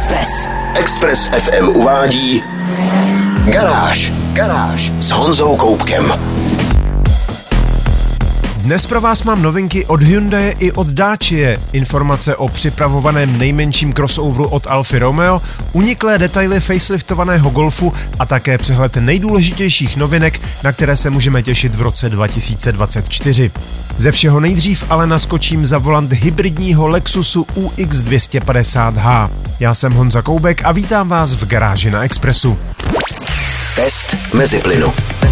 Express FM uvádí Garáž s Honzou Koubkem. Dnes pro vás mám novinky od Hyundai i od Dacie, informace o připravovaném nejmenším crossoveru od Alfy Romeo, uniklé detaily faceliftovaného Golfu a také přehled nejdůležitějších novinek, na které se můžeme těšit v roce 2024. Ze všeho nejdřív ale naskočím za volant hybridního Lexusu UX 250H. Já jsem Honza Koubek a vítám vás v Garáži na Expressu. Test meziplynu.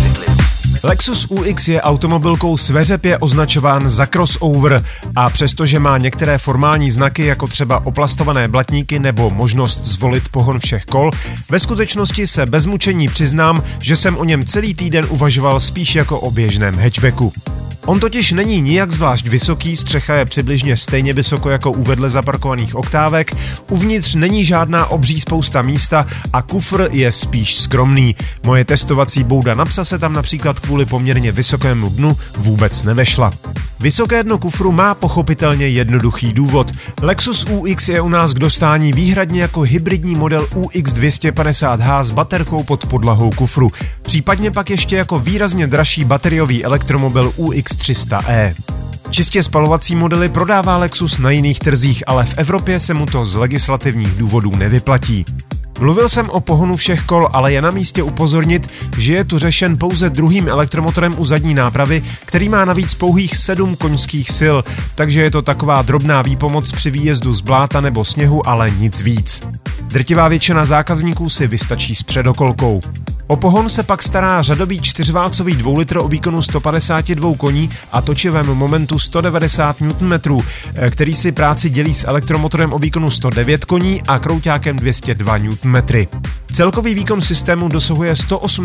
Lexus UX je automobilkou sveřepě označován za crossover a přestože má některé formální znaky, jako třeba oplastované blatníky nebo možnost zvolit pohon všech kol, ve skutečnosti se bez mučení přiznám, že jsem o něm celý týden uvažoval spíš jako o běžném hatchbacku. On totiž není nijak zvlášť vysoký, střecha je přibližně stejně vysoko jako u vedle zaparkovaných oktávek, uvnitř není žádná obří spousta místa a kufr je spíš skromný. Moje testovací bouda na psa se tam například kvůli poměrně vysokému dnu vůbec nevešla. Vysoké dno kufru má pochopitelně jednoduchý důvod. Lexus UX je u nás k dostání výhradně jako hybridní model UX 250H s baterkou pod podlahou kufru, případně pak ještě jako výrazně dražší bateriový elektromobil UX 300e. Čistě spalovací modely prodává Lexus na jiných trzích, ale v Evropě se mu to z legislativních důvodů nevyplatí. Mluvil jsem o pohonu všech kol, ale je na místě upozornit, že je tu řešen pouze druhým elektromotorem u zadní nápravy, který má navíc pouhých 7 koňských sil, takže je to taková drobná výpomoc při výjezdu z bláta nebo sněhu, ale nic víc. Drtivá většina zákazníků si vystačí s předokolkou. O pohon se pak stará řadový 4válcový 2 litr o výkonu 152 koní a točivém momentu 190 Nm, který si práci dělí s elektromotorem o výkonu 109 koní a krouťákem 202 Nm. Celkový výkon systému dosahuje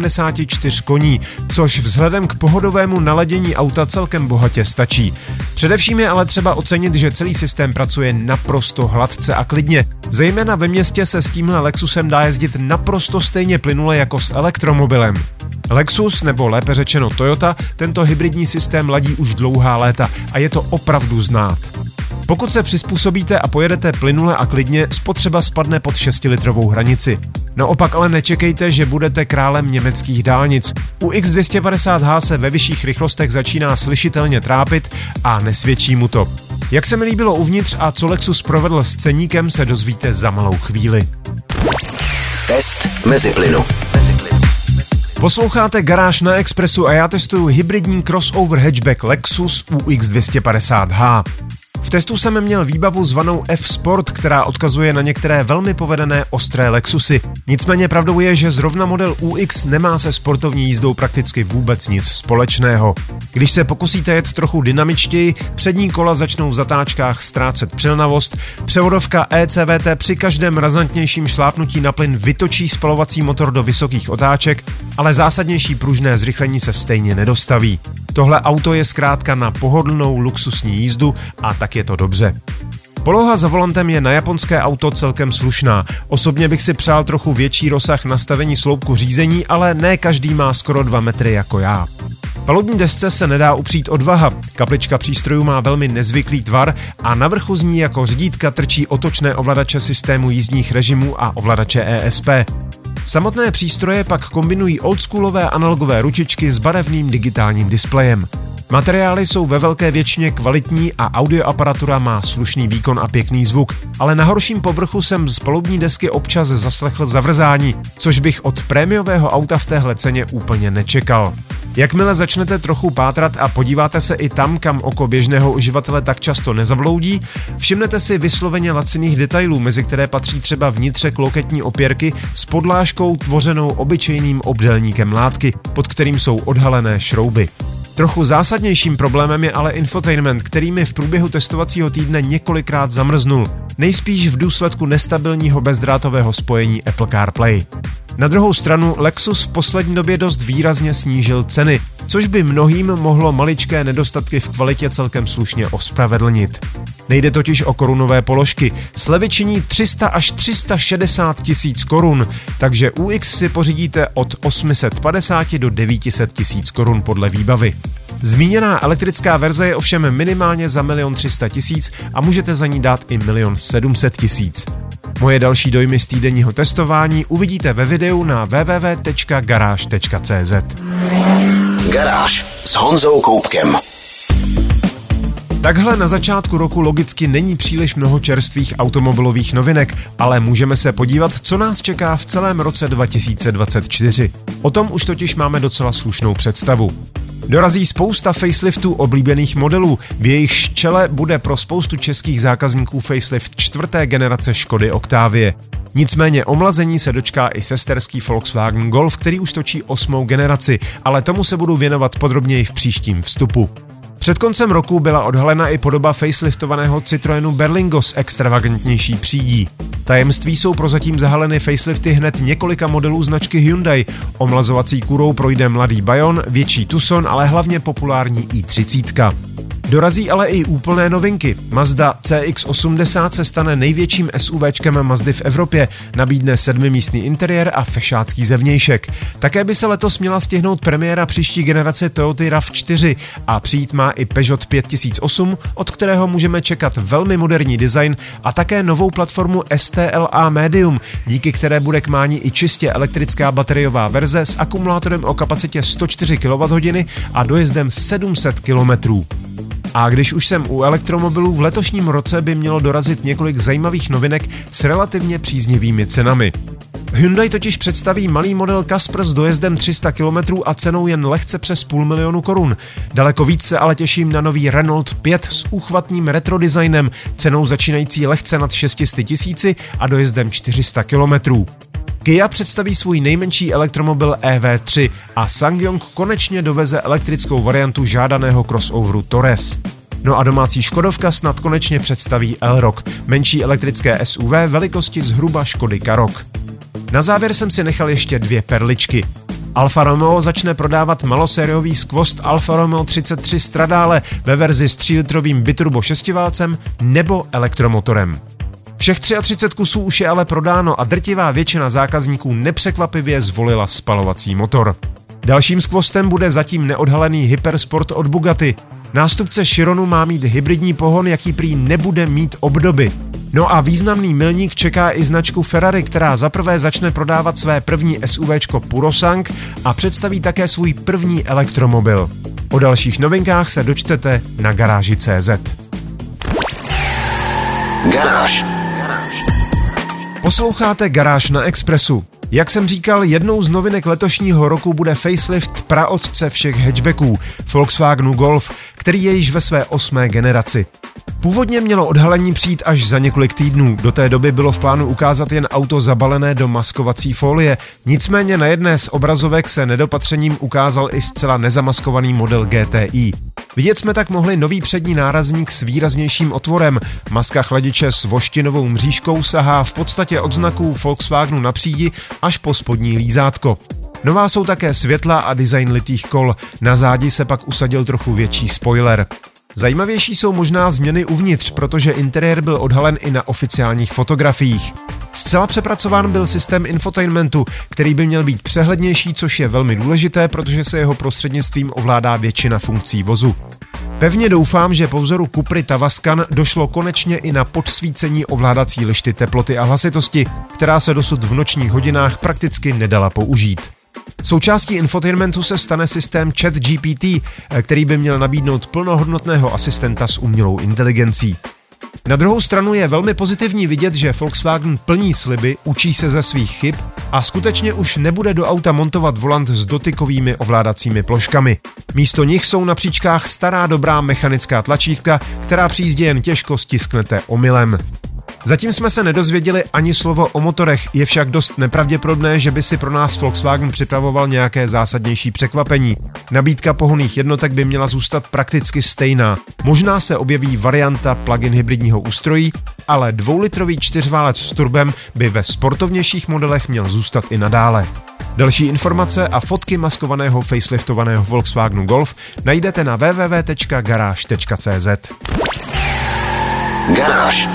184 koní, což vzhledem k pohodovému naladění auta celkem bohatě stačí. Především je ale třeba ocenit, že celý systém pracuje naprosto hladce a klidně. Zejména ve městě se s tímhle Lexusem dá jezdit naprosto stejně plynule jako s elektromobilem. Lexus, nebo lépe řečeno Toyota, tento hybridní systém ladí už dlouhá léta a je to opravdu znát. Pokud se přizpůsobíte a pojedete plynule a klidně, spotřeba spadne pod 6-litrovou hranici. Naopak ale nečekejte, že budete králem německých dálnic. U X250H se ve vyšších rychlostech začíná slyšitelně trápit a nesvědčí mu to. Jak se mi líbilo uvnitř a co Lexus provedl s ceníkem, se dozvíte za malou chvíli. Test meziplynu. Posloucháte Garáž na Expressu a já testuju hybridní crossover hatchback Lexus UX 250H. V testu jsem měl výbavu zvanou F-Sport, která odkazuje na některé velmi povedené ostré Lexusy. Nicméně pravdou je, že zrovna model UX nemá se sportovní jízdou prakticky vůbec nic společného. Když se pokusíte jet trochu dynamičtěji, přední kola začnou v zatáčkách ztrácet přilnavost, převodovka ECVT při každém razantnějším šlápnutí na plyn vytočí spalovací motor do vysokých otáček, ale zásadnější pružné zrychlení se stejně nedostaví. Tohle auto je zkrátka na pohodlnou luxusní jízdu a tak je to dobře. Poloha za volantem je na japonské auto celkem slušná. Osobně bych si přál trochu větší rozsah nastavení sloupku řízení, ale ne každý má skoro 2 metry jako já. Palubní desce se nedá upřít odvaha. Kaplička přístrojů má velmi nezvyklý tvar a na vrchu z ní jako řídítka trčí otočné ovladače systému jízdních režimů a ovladače ESP. Samotné přístroje pak kombinují oldschoolové analogové ručičky s barevným digitálním displejem. Materiály jsou ve velké většině kvalitní a audioaparatura má slušný výkon a pěkný zvuk, ale na horším povrchu jsem z palubní desky občas zaslechl zavrzání, což bych od prémiového auta v téhle ceně úplně nečekal. Jakmile začnete trochu pátrat a podíváte se i tam, kam oko běžného uživatele tak často nezavloudí, všimnete si vysloveně laciných detailů, mezi které patří třeba vnitřek loketní opěrky s podlážkou tvořenou obyčejným obdélníkem látky, pod kterým jsou odhalené šrouby. Trochu zásadnějším problémem je ale infotainment, který mi v průběhu testovacího týdne několikrát zamrznul, nejspíš v důsledku nestabilního bezdrátového spojení Apple CarPlay. Na druhou stranu Lexus v poslední době dost výrazně snížil ceny, což by mnohým mohlo maličké nedostatky v kvalitě celkem slušně ospravedlnit. Nejde totiž o korunové položky. Slevy činí 300 až 360 tisíc korun, takže UX si pořídíte od 850 do 900 tisíc korun podle výbavy. Zmíněná elektrická verze je ovšem minimálně za 1 300 000 a můžete za ní dát i 1 700 000. Moje další dojmy z týdenního testování uvidíte ve videu na www.garage.cz. Garáž s Honzou Koupkem. Takhle na začátku roku logicky není příliš mnoho čerstvých automobilových novinek, ale můžeme se podívat, co nás čeká v celém roce 2024. O tom už totiž máme docela slušnou představu. Dorazí spousta faceliftů oblíbených modelů, v jejich čele bude pro spoustu českých zákazníků facelift 4. generace Škody Octavie. Nicméně omlazení se dočká i sesterský Volkswagen Golf, který už točí 8. generaci, ale tomu se budu věnovat podrobněji v příštím vstupu. Před koncem roku byla odhalena i podoba faceliftovaného Citroenu Berlingo s extravagantnější přídí. Tajemství jsou prozatím zahaleny facelifty hned několika modelů značky Hyundai. Omlazovací kůrou projde mladý Bayon, větší Tucson, ale hlavně populární i30. Dorazí ale i úplné novinky. Mazda CX-80 se stane největším SUVčkem Mazdy v Evropě, nabídne 7místný interiér a fešácký zevnějšek. Také by se letos měla stihnout premiéra příští generace Toyoty RAV4 a přijít má i Peugeot 5008, od kterého můžeme čekat velmi moderní design a také novou platformu STLA Medium, díky které bude k mání i čistě elektrická bateriová verze s akumulátorem o kapacitě 104 kWh a dojezdem 700 km. A když už jsem u elektromobilů, v letošním roce by mělo dorazit několik zajímavých novinek s relativně příznivými cenami. Hyundai totiž představí malý model Casper s dojezdem 300 km a cenou jen lehce přes 500 000 korun. Daleko víc se ale těším na nový Renault 5 s úchvatným retro designem, cenou začínající lehce nad 600 000 a dojezdem 400 km. Kia představí svůj nejmenší elektromobil EV3 a SsangYong konečně doveze elektrickou variantu žádaného crossoveru Torres. No a domácí Škodovka snad konečně představí Elroq, menší elektrické SUV velikosti zhruba Škody Karoq. Na závěr jsem si nechal ještě 2 perličky. Alfa Romeo začne prodávat malosériový skvost Alfa Romeo 33 Stradale ve verzi s 3-litrovým biturbo šestiválcem nebo elektromotorem. Všech 33 kusů už je ale prodáno a drtivá většina zákazníků nepřekvapivě zvolila spalovací motor. Dalším skvostem bude zatím neodhalený Hypersport od Bugatti. Nástupce Chironu má mít hybridní pohon, jaký prý nebude mít obdoby. No a významný milník čeká i značku Ferrari, která zaprvé začne prodávat své první SUVčko Purosangue a představí také svůj první elektromobil. O dalších novinkách se dočtete na garáži.cz. Garáž. Posloucháte Garáž na Expressu. Jak jsem říkal, jednou z novinek letošního roku bude facelift praotce všech hatchbacků, Volkswagenu Golf, který je již ve své 8. generaci. Původně mělo odhalení přijít až za několik týdnů, do té doby bylo v plánu ukázat jen auto zabalené do maskovací folie, nicméně na jedné z obrazovek se nedopatřením ukázal i zcela nezamaskovaný model GTI. Vidět jsme tak mohli nový přední nárazník s výraznějším otvorem, maska chladiče s voštinovou mřížkou sahá v podstatě od znaků Volkswagenu na přídi až po spodní lízátko. Nová jsou také světla a design litých kol, na zádi se pak usadil trochu větší spoiler. Zajímavější jsou možná změny uvnitř, protože interiér byl odhalen i na oficiálních fotografiích. Zcela přepracován byl systém infotainmentu, který by měl být přehlednější, což je velmi důležité, protože se jeho prostřednictvím ovládá většina funkcí vozu. Pevně doufám, že po vzoru Cupry Tavascan došlo konečně i na podsvícení ovládací lišty teploty a hlasitosti, která se dosud v nočních hodinách prakticky nedala použít. Součástí infotainmentu se stane systém ChatGPT, který by měl nabídnout plnohodnotného asistenta s umělou inteligencí. Na druhou stranu je velmi pozitivní vidět, že Volkswagen plní sliby, učí se ze svých chyb a skutečně už nebude do auta montovat volant s dotykovými ovládacími ploškami. Místo nich jsou na příčkách stará dobrá mechanická tlačítka, která při jízdě jen těžko stisknete omylem. Zatím jsme se nedozvěděli ani slovo o motorech, je však dost nepravděpodobné, že by si pro nás Volkswagen připravoval nějaké zásadnější překvapení. Nabídka pohonných jednotek by měla zůstat prakticky stejná. Možná se objeví varianta plug-in hybridního ústrojí, ale 2-litrový čtyřválec s turbem by ve sportovnějších modelech měl zůstat i nadále. Další informace a fotky maskovaného faceliftovaného Volkswagenu Golf najdete na www.garage.cz. Garáž.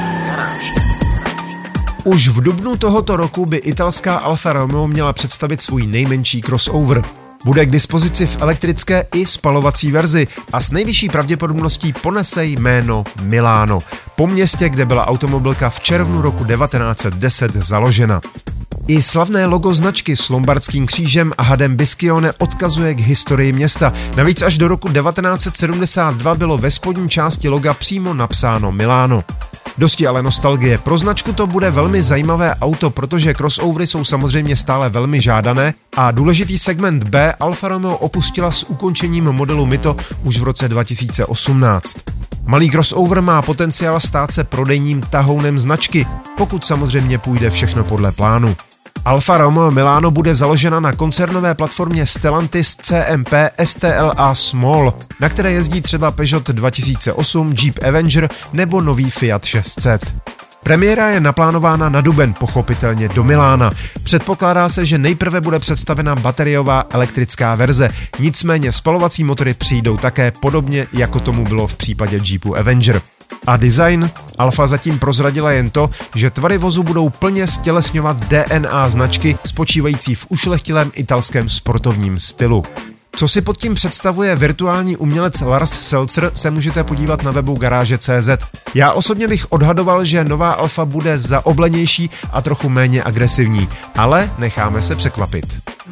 Už v dubnu tohoto roku by italská Alfa Romeo měla představit svůj nejmenší crossover. Bude k dispozici v elektrické i spalovací verzi a s nejvyšší pravděpodobností ponese jméno Milano, po městě, kde byla automobilka v červnu roku 1910 založena. I slavné logo značky s lombardským křížem a hadem Biscione odkazuje k historii města. Navíc až do roku 1972 bylo ve spodní části loga přímo napsáno Milano. Dosti ale nostalgie. Pro značku to bude velmi zajímavé auto, protože crossovery jsou samozřejmě stále velmi žádané a důležitý segment B Alfa Romeo opustila s ukončením modelu Mito už v roce 2018. Malý crossover má potenciál stát se prodejním tahounem značky, pokud samozřejmě půjde všechno podle plánu. Alfa Romeo Milano bude založena na koncernové platformě Stellantis CMP STLA Small, na které jezdí třeba Peugeot 2008, Jeep Avenger nebo nový Fiat 600. Premiéra je naplánována na duben, pochopitelně do Milána. Předpokládá se, že nejprve bude představena bateriová elektrická verze, nicméně spalovací motory přijdou také podobně, jako tomu bylo v případě Jeepu Avenger. A design? Alfa zatím prozradila jen to, že tvary vozu budou plně stělesňovat DNA značky, spočívající v ušlechtilém italském sportovním stylu. Co si pod tím představuje virtuální umělec Lars Seltzer, se můžete podívat na webu Garáže.cz. Já osobně bych odhadoval, že nová Alfa bude zaoblenější a trochu méně agresivní, ale necháme se překvapit.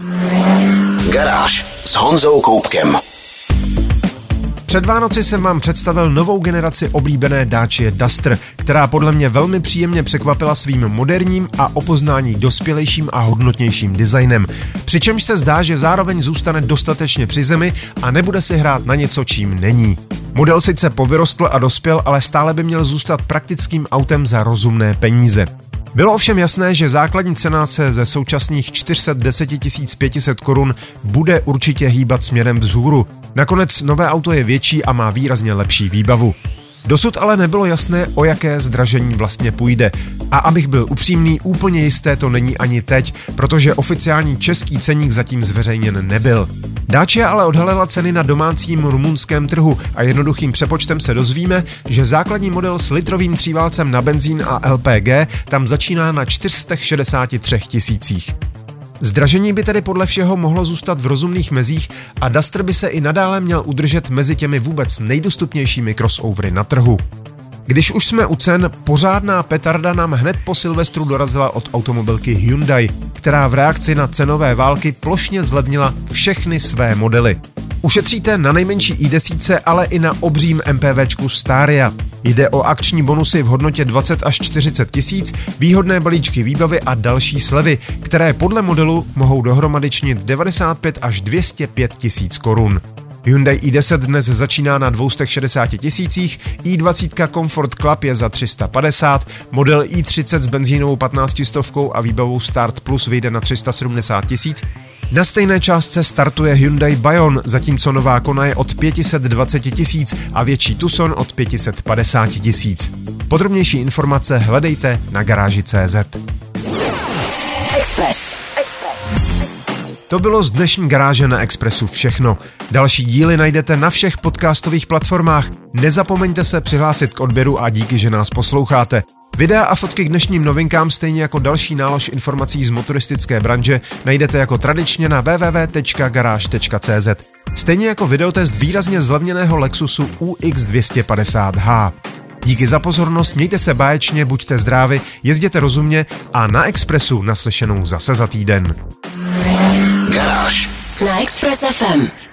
Garáž s Honzou Koupkem. Před Vánoci jsem vám představil novou generaci oblíbené Dacia Duster, která podle mě velmi příjemně překvapila svým moderním a o poznání dospělejším a hodnotnějším designem. Přičemž se zdá, že zároveň zůstane dostatečně při zemi a nebude si hrát na něco, čím není. Model sice povyrostl a dospěl, ale stále by měl zůstat praktickým autem za rozumné peníze. Bylo ovšem jasné, že základní cena se ze současných 410 500 korun bude určitě hýbat směrem vzhůru. Nakonec nové auto je větší a má výrazně lepší výbavu. Dosud ale nebylo jasné, o jaké zdražení vlastně půjde. A abych byl upřímný, úplně jisté to není ani teď, protože oficiální český ceník zatím zveřejněn nebyl. Dacia ale odhalila ceny na domácím rumunském trhu a jednoduchým přepočtem se dozvíme, že základní model s litrovým tříválcem na benzín a LPG tam začíná na 463 tisících. Zdražení by tedy podle všeho mohlo zůstat v rozumných mezích a Duster by se i nadále měl udržet mezi těmi vůbec nejdostupnějšími crossovery na trhu. Když už jsme u cen, pořádná petarda nám hned po Silvestru dorazila od automobilky Hyundai, která v reakci na cenové války plošně zlevnila všechny své modely. Ušetříte na nejmenší i10, ale i na obřím MPVčku Staria. Jde o akční bonusy v hodnotě 20 až 40 tisíc, výhodné balíčky výbavy a další slevy, které podle modelu mohou dohromady činit 95 až 205 tisíc korun. Hyundai i10 dnes začíná na 260 tisících, i20 Comfort Club je za 350, model i30 s benzínovou 1500 a výbavou Start Plus vyjde na 370 tisíc. Na stejné částce startuje Hyundai Bayon, zatímco nová Kona je od 520 tisíc a větší Tucson od 550 tisíc. Podrobnější informace hledejte na Garáži.cz. Express. To bylo z dnešní Garáže na Expressu všechno. Další díly najdete na všech podcastových platformách. Nezapomeňte se přihlásit k odběru a díky, že nás posloucháte. Videa a fotky k dnešním novinkám, stejně jako další nálož informací z motoristické branže, najdete jako tradičně na www.garage.cz. Stejně jako videotest výrazně zlevněného Lexusu UX250H. Díky za pozornost, mějte se báječně, buďte zdraví, jezděte rozumně a na Expressu naslyšenou zase za týden. Garáž Na Express FM.